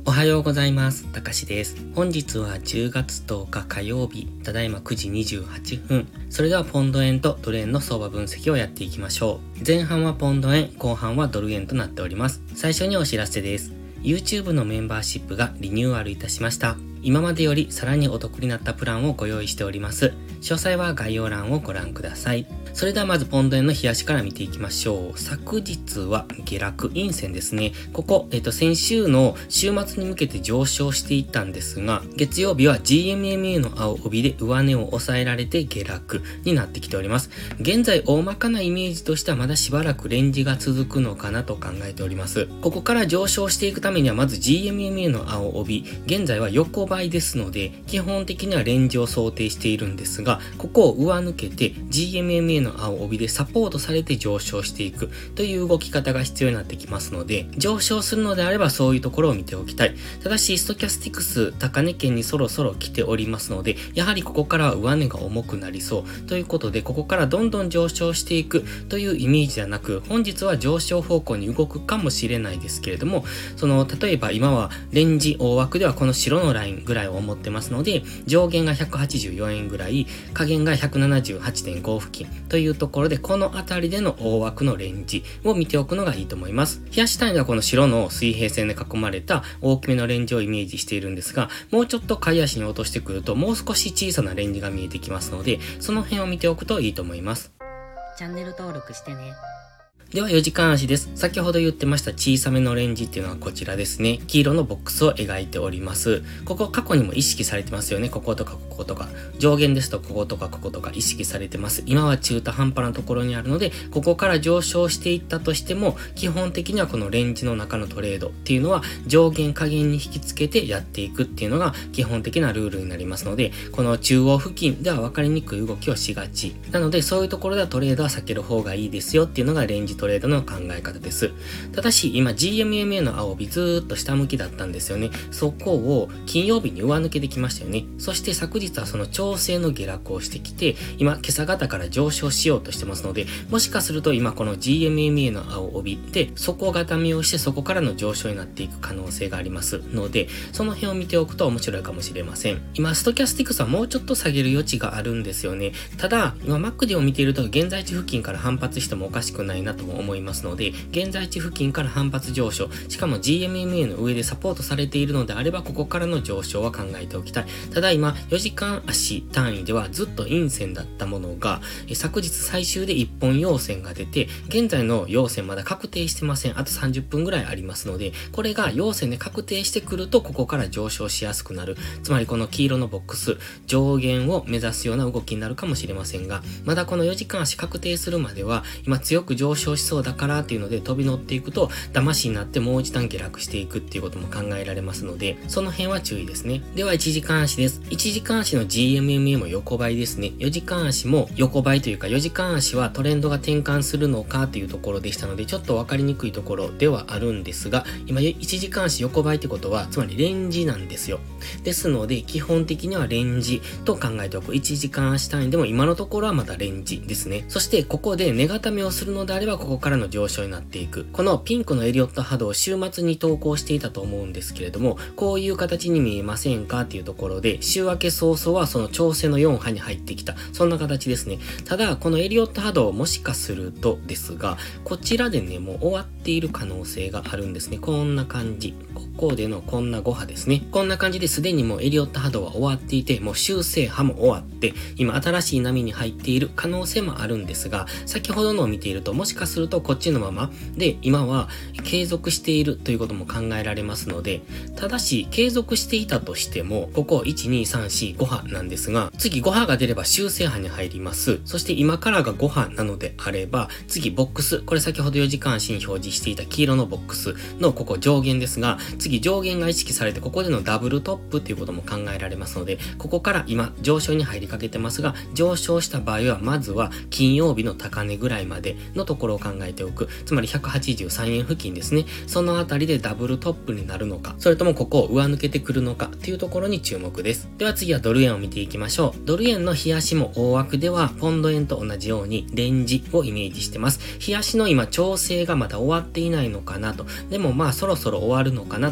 おはようございます。たかしです。本日は10月10日火曜日、ただいま9時28分。それではポンド円とドル円の相場分析をやっていきましょう。前半はポンド円、後半はドル円となっております。最初にお知らせです。YouTube のメンバーシップがリニューアルいたしました。今までよりさらにお得になったプランをご用意しております。詳細は概要欄をご覧ください。それではまずポンド円の冷やしから見ていきましょう。昨日は下落陰線ですね。ここ、先週の週末に向けて上昇していったんですが、月曜日は GMMA の青帯で上値を抑えられて下落になってきております。現在大まかなイメージとしてはまだしばらくレンジが続くのかなと考えております。ここから上昇していくためにはまず GMMA の青帯、現在は横ばいですので、基本的にはレンジを想定しているんですが、ここを上抜けて GMMA の青帯でサポートされて上昇していくという動き方が必要になってきますので、上昇するのであればそういうところを見ておきたい。ただしストキャスティクス高値圏にそろそろ来ておりますので、やはりここからは上値が重くなりそうということで、ここからどんどん上昇していくというイメージではなく、本日は上昇方向に動くかもしれないですけれども、例えば今はレンジ大枠ではこの白のラインぐらいを持ってますので、上限が184円ぐらい、下限が 178.5 付近というところで、このあたりでの大枠のレンジを見ておくのがいいと思います。冷やし単位ではこの白の水平線で囲まれた大きめのレンジをイメージしているんですが、もうちょっと買い足に落としてくるともう少し小さなレンジが見えてきますので、その辺を見ておくといいと思います。 チャンネル登録してね。 では4時間足です。先ほど言ってました小さめのレンジっていうのはこちらですね。黄色のボックスを描いております。ここ過去にも意識されてますよね。こことかこことか。上限ですとこことかこことか意識されてます。今は中途半端なところにあるので、ここから上昇していったとしても、基本的にはこのレンジの中のトレードっていうのは上限下限に引き付けてやっていくっていうのが基本的なルールになりますので、この中央付近では分かりにくい動きをしがち。なのでそういうところではトレードは避ける方がいいですよっていうのがレンジトレードの考え方です。ただし今 GMMA の青帯ずーっと下向きだったんですよね。そこを金曜日に上抜けてきましたよね。そして昨日はその調整の下落をしてきて、今朝方から上昇しようとしてますので、もしかすると今この GMMA の青帯で底固めをしてそこからの上昇になっていく可能性がありますので、その辺を見ておくと面白いかもしれません。今ストキャスティクスはもうちょっと下げる余地があるんですよね。ただ今 MACD を見ていると現在地付近から反発してもおかしくないなとも思いますので、現在地付近から反発上昇、しかも GMMA の上でサポートされているのであれば、ここからの上昇は考えておきたい。ただ今4時間足単位ではずっと陰線だったものが、昨日最終で1本陽線が出て、現在の陽線まだ確定してません。あと30分ぐらいありますので、これが陽線で確定してくるとここから上昇しやすくなる。つまりこの黄色のボックス、上限を目指すような動きになるかもしれませんが、まだこの4時間足確定するまでは今強く上昇しそうだからっていうので飛び乗っていくと騙しになってもう一段下落していくっていうことも考えられますので、その辺は注意ですね。では1時間足です。1時間足の GMMA も横ばいですね。4時間足も横ばいというか、4時間足はトレンドが転換するのかっていうところでしたので、ちょっと分かりにくいところではあるんですが、今1時間足横ばいってことはつまりレンジなんですよ。ですので基本的にはレンジと考えておく。1時間足単位でも今のところはまだレンジですね。そしてここで値固めをするのであれば、ここからの上昇になっていく。このピンクのエリオット波動を週末に投稿していたと思うんですけれども、こういう形に見えませんかっていうところで、週明け早々はその調整の4波に入ってきた。そんな形ですね。ただ、このエリオット波動もしかするとですが、こちらでね、もう終わっている可能性があるんですね。こんな感じ。ここでのこんな5波ですね。こんな感じですでにもうエリオット波動は終わっていて、もう修正波も終わって、今新しい波に入っている可能性もあるんですが、先ほどのを見ているともしかするとこっちのままで今は継続しているということも考えられますので、ただし継続していたとしても、ここ1、2、3、4、5波なんですが、次5波が出れば修正波に入ります。そして今からが5波なのであれば、次ボックス、これ先ほど4時間足に表示していた黄色のボックスのここ上限ですが、次上限が意識されてここでのダブルトップっていうことも考えられますので、ここから今上昇に入りかけてますが、上昇した場合はまずは金曜日の高値ぐらいまでのところを考えておく。つまり183円付近ですね。そのあたりでダブルトップになるのか、それともここを上抜けてくるのかっていうところに注目です。では次はドル円を見ていきましょう。ドル円の日足も大枠ではポンド円と同じようにレンジをイメージしてます。日足の今調整がまだ終わっていないのかなと。でもまあそろそろ終わるのかなと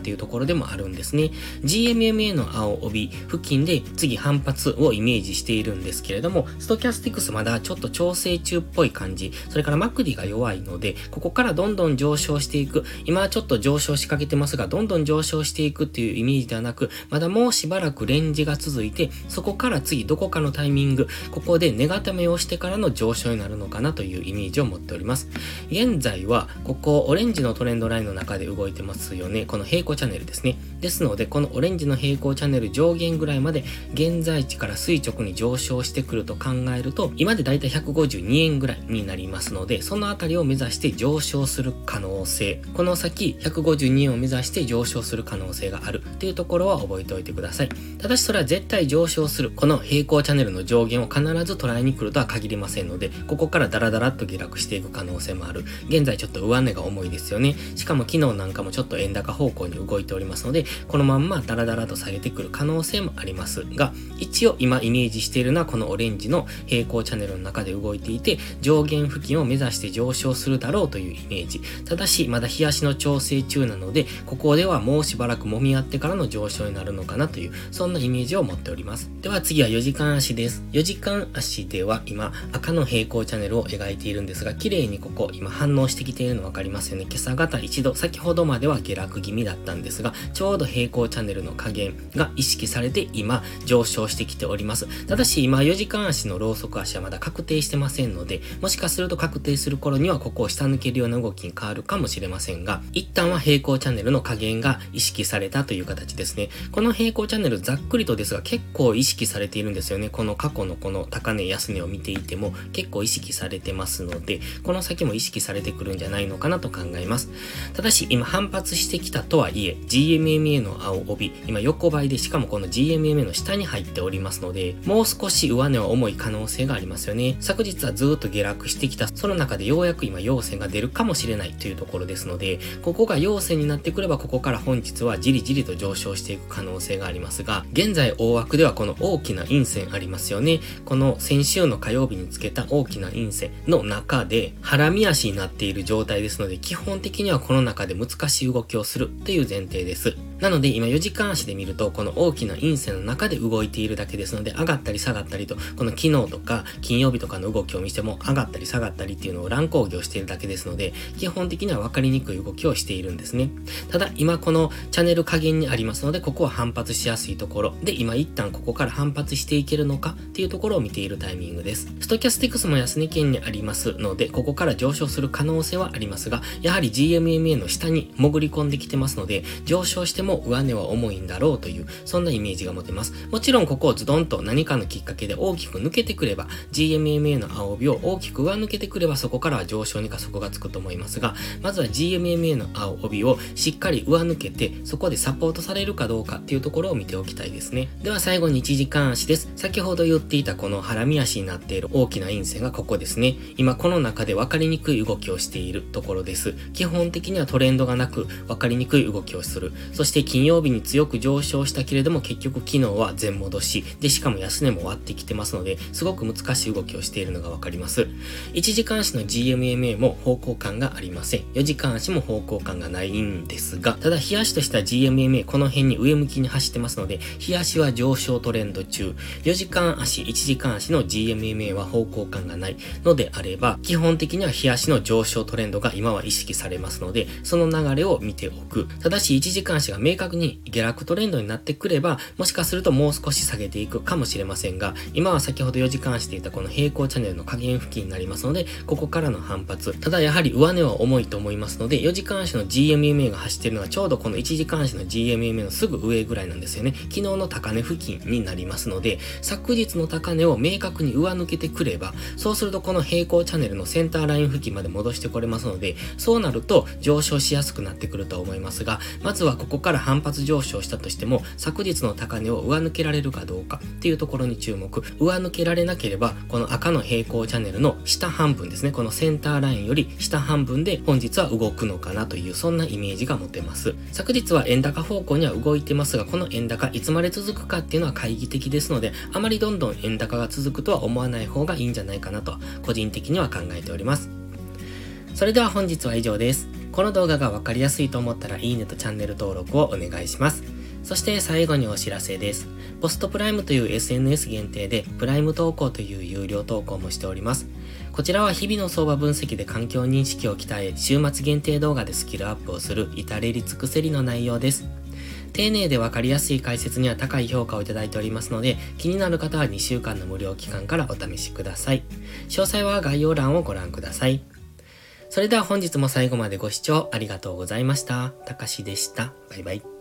というところでもあるんですね。GMMA の青帯付近で次反発をイメージしているんですけれども、ストキャスティクスまだちょっと調整中っぽい感じ、それからマクディが弱いので、ここからどんどん上昇していく、今はちょっと上昇しかけてますが、どんどん上昇していくっていうイメージではなく、まだもうしばらくレンジが続いて、そこから次どこかのタイミング、ここで値固めをしてからの上昇になるのかなというイメージを持っております。現在は、ここオレンジのトレンドラインの中で動いてますよね。この平行チャンネルですね。ですので、このオレンジの平行チャンネル上限ぐらいまで現在地から垂直に上昇してくると考えると、今でだいたい152円ぐらいになりますので、そのあたりを目指して上昇する可能性、この先152円を目指して上昇する可能性があるっていうところは覚えておいてください。ただしそれは絶対上昇する、この平行チャンネルの上限を必ず捉えに来るとは限りませんので、ここからダラダラっと下落していく可能性もある。現在ちょっと上値が重いですよね。しかも昨日なんかもちょっと円高方向に動いておりますので、このまんまダラダラと下げてくる可能性もありますが、一応今イメージしているのはこのオレンジの平行チャンネルの中で動いていて、上限付近を目指して上昇するだろうというイメージ。ただしまだ日足の調整中なので、ここではもうしばらく揉み合ってからの上昇になるのかなという、そんなイメージを持っております。では次は4時間足です。4時間足では今赤の平行チャンネルを描いているんですが、綺麗にここ今反応してきているの分かりますよね。今朝方一度、先ほどまでは下落気味だったんですが、ちょうど平行チャンネルの加減が意識されて今上昇してきております。ただし今4時間足のローソク足はまだ確定してませんので、もしかすると確定する頃にはここを下抜けるような動きに変わるかもしれませんが、一旦は平行チャンネルの加減が意識されたという形ですね。この平行チャンネルざっくりとですが結構意識されているんですよね。この過去のこの高値安値を見ていても結構意識されてますので、この先も意識されてくるんじゃないのかなと考えます。ただし今反発してきたとはいえ GMMA の青帯今横ばいで、しかもこの GMMA の下に入っておりますので、もう少し上値は重い可能性がありますよね。昨日はずっと下落してきた、その中でようやく今陽線が出るかもしれないというところですので、ここが陽線になってくればここから本日はじりじりと上昇していく可能性がありますが、現在大枠ではこの大きな陰線ありますよね。この先週の火曜日につけた大きな陰線の中でハラミ足になっている状態ですので、基本的にはこの中で難しい動きをするという前提です。なので今4時間足で見るとこの大きな陰線の中で動いているだけですので、上がったり下がったりと、この昨日とか金曜日とかの動きを見ても上がったり下がったりっていうのを乱高下をしているだけですので、基本的には分かりにくい動きをしているんですね。ただ今このチャンネル加減にありますので、ここは反発しやすいところで、今一旦ここから反発していけるのかっていうところを見ているタイミングです。ストキャスティクスも安値圏にありますので、ここから上昇する可能性はありますが、やはり GMMA の下に潜り込んできてますので、上昇しても上値は重いんだろうという、そんなイメージが持てます。もちろんここをズドンと何かのきっかけで大きく抜けてくれば、 GMMA の青帯を大きく上抜けてくれば、そこからは上昇に加速がつくと思いますが、まずは GMMA の青帯をしっかり上抜けて、そこでサポートされるかどうかっていうところを見ておきたいですね。では最後に1時間足です。先ほど言っていたこのハラミ足になっている大きな陰線がここですね。今この中で分かりにくい動きをしているところです。基本的にはトレンドがなく分かりにくい動きをする。そして金曜日に強く上昇したけれども、結局昨日は全戻しで、しかも安値も割ってきてますので、すごく難しい動きをしているのが分かります。1時間足の GMMA も方向感がありません。4時間足も方向感がないんですが、ただ日足とした GMMA この辺に上向きに走ってますので、日足は上昇トレンド中、4時間足1時間足の GMMA は方向感がないのであれば、基本的には日足の上昇トレンドが今は意識されますので、その流れを見ておく。ただし1時間足が明確に下落トレンドになってくれば、もしかするともう少し下げていくかもしれませんが、今は先ほど4時間足でいたこの平行チャンネルの下限付近になりますので、ここからの反発、ただやはり上値は重いと思いますので、4時間足の GMMA が走っているのはちょうどこの1時間足の GMMA のすぐ上ぐらいなんですよね。昨日の高値付近になりますので、昨日の高値を明確に上抜けてくれば、そうするとこの平行チャンネルのセンターライン付近まで戻してこれますので、そうなると上昇しやすくなってくると思いますが、まずはここから反発上昇したとしても、昨日の高値を上抜けられるかどうかっていうところに注目。上抜けられなければ、この赤の平行チャンネルの下半分ですね、このセンターラインより下半分で本日は動くのかなという、そんなイメージが持てます。昨日は円高方向には動いてますが、この円高いつまで続くかっていうのは懐疑的ですので、あまりどんどん円高が続くとは思わない方がいいんじゃないかなと個人的には考えております。それでは本日は以上です。 この動画がわかりやすいと思ったらいいねとチャンネル登録をお願いします。そして最後にお知らせです。ポストプライムという SNS 限定でプライム投稿という有料投稿もしております。こちらは日々の相場分析で環境認識を鍛え、週末限定動画でスキルアップをする至れり尽くせりの内容です。丁寧でわかりやすい解説には高い評価をいただいておりますので、気になる方は2週間の無料期間からお試しください。詳細は概要欄をご覧ください。それでは本日も最後までご視聴ありがとうございました。たかしでした。バイバイ。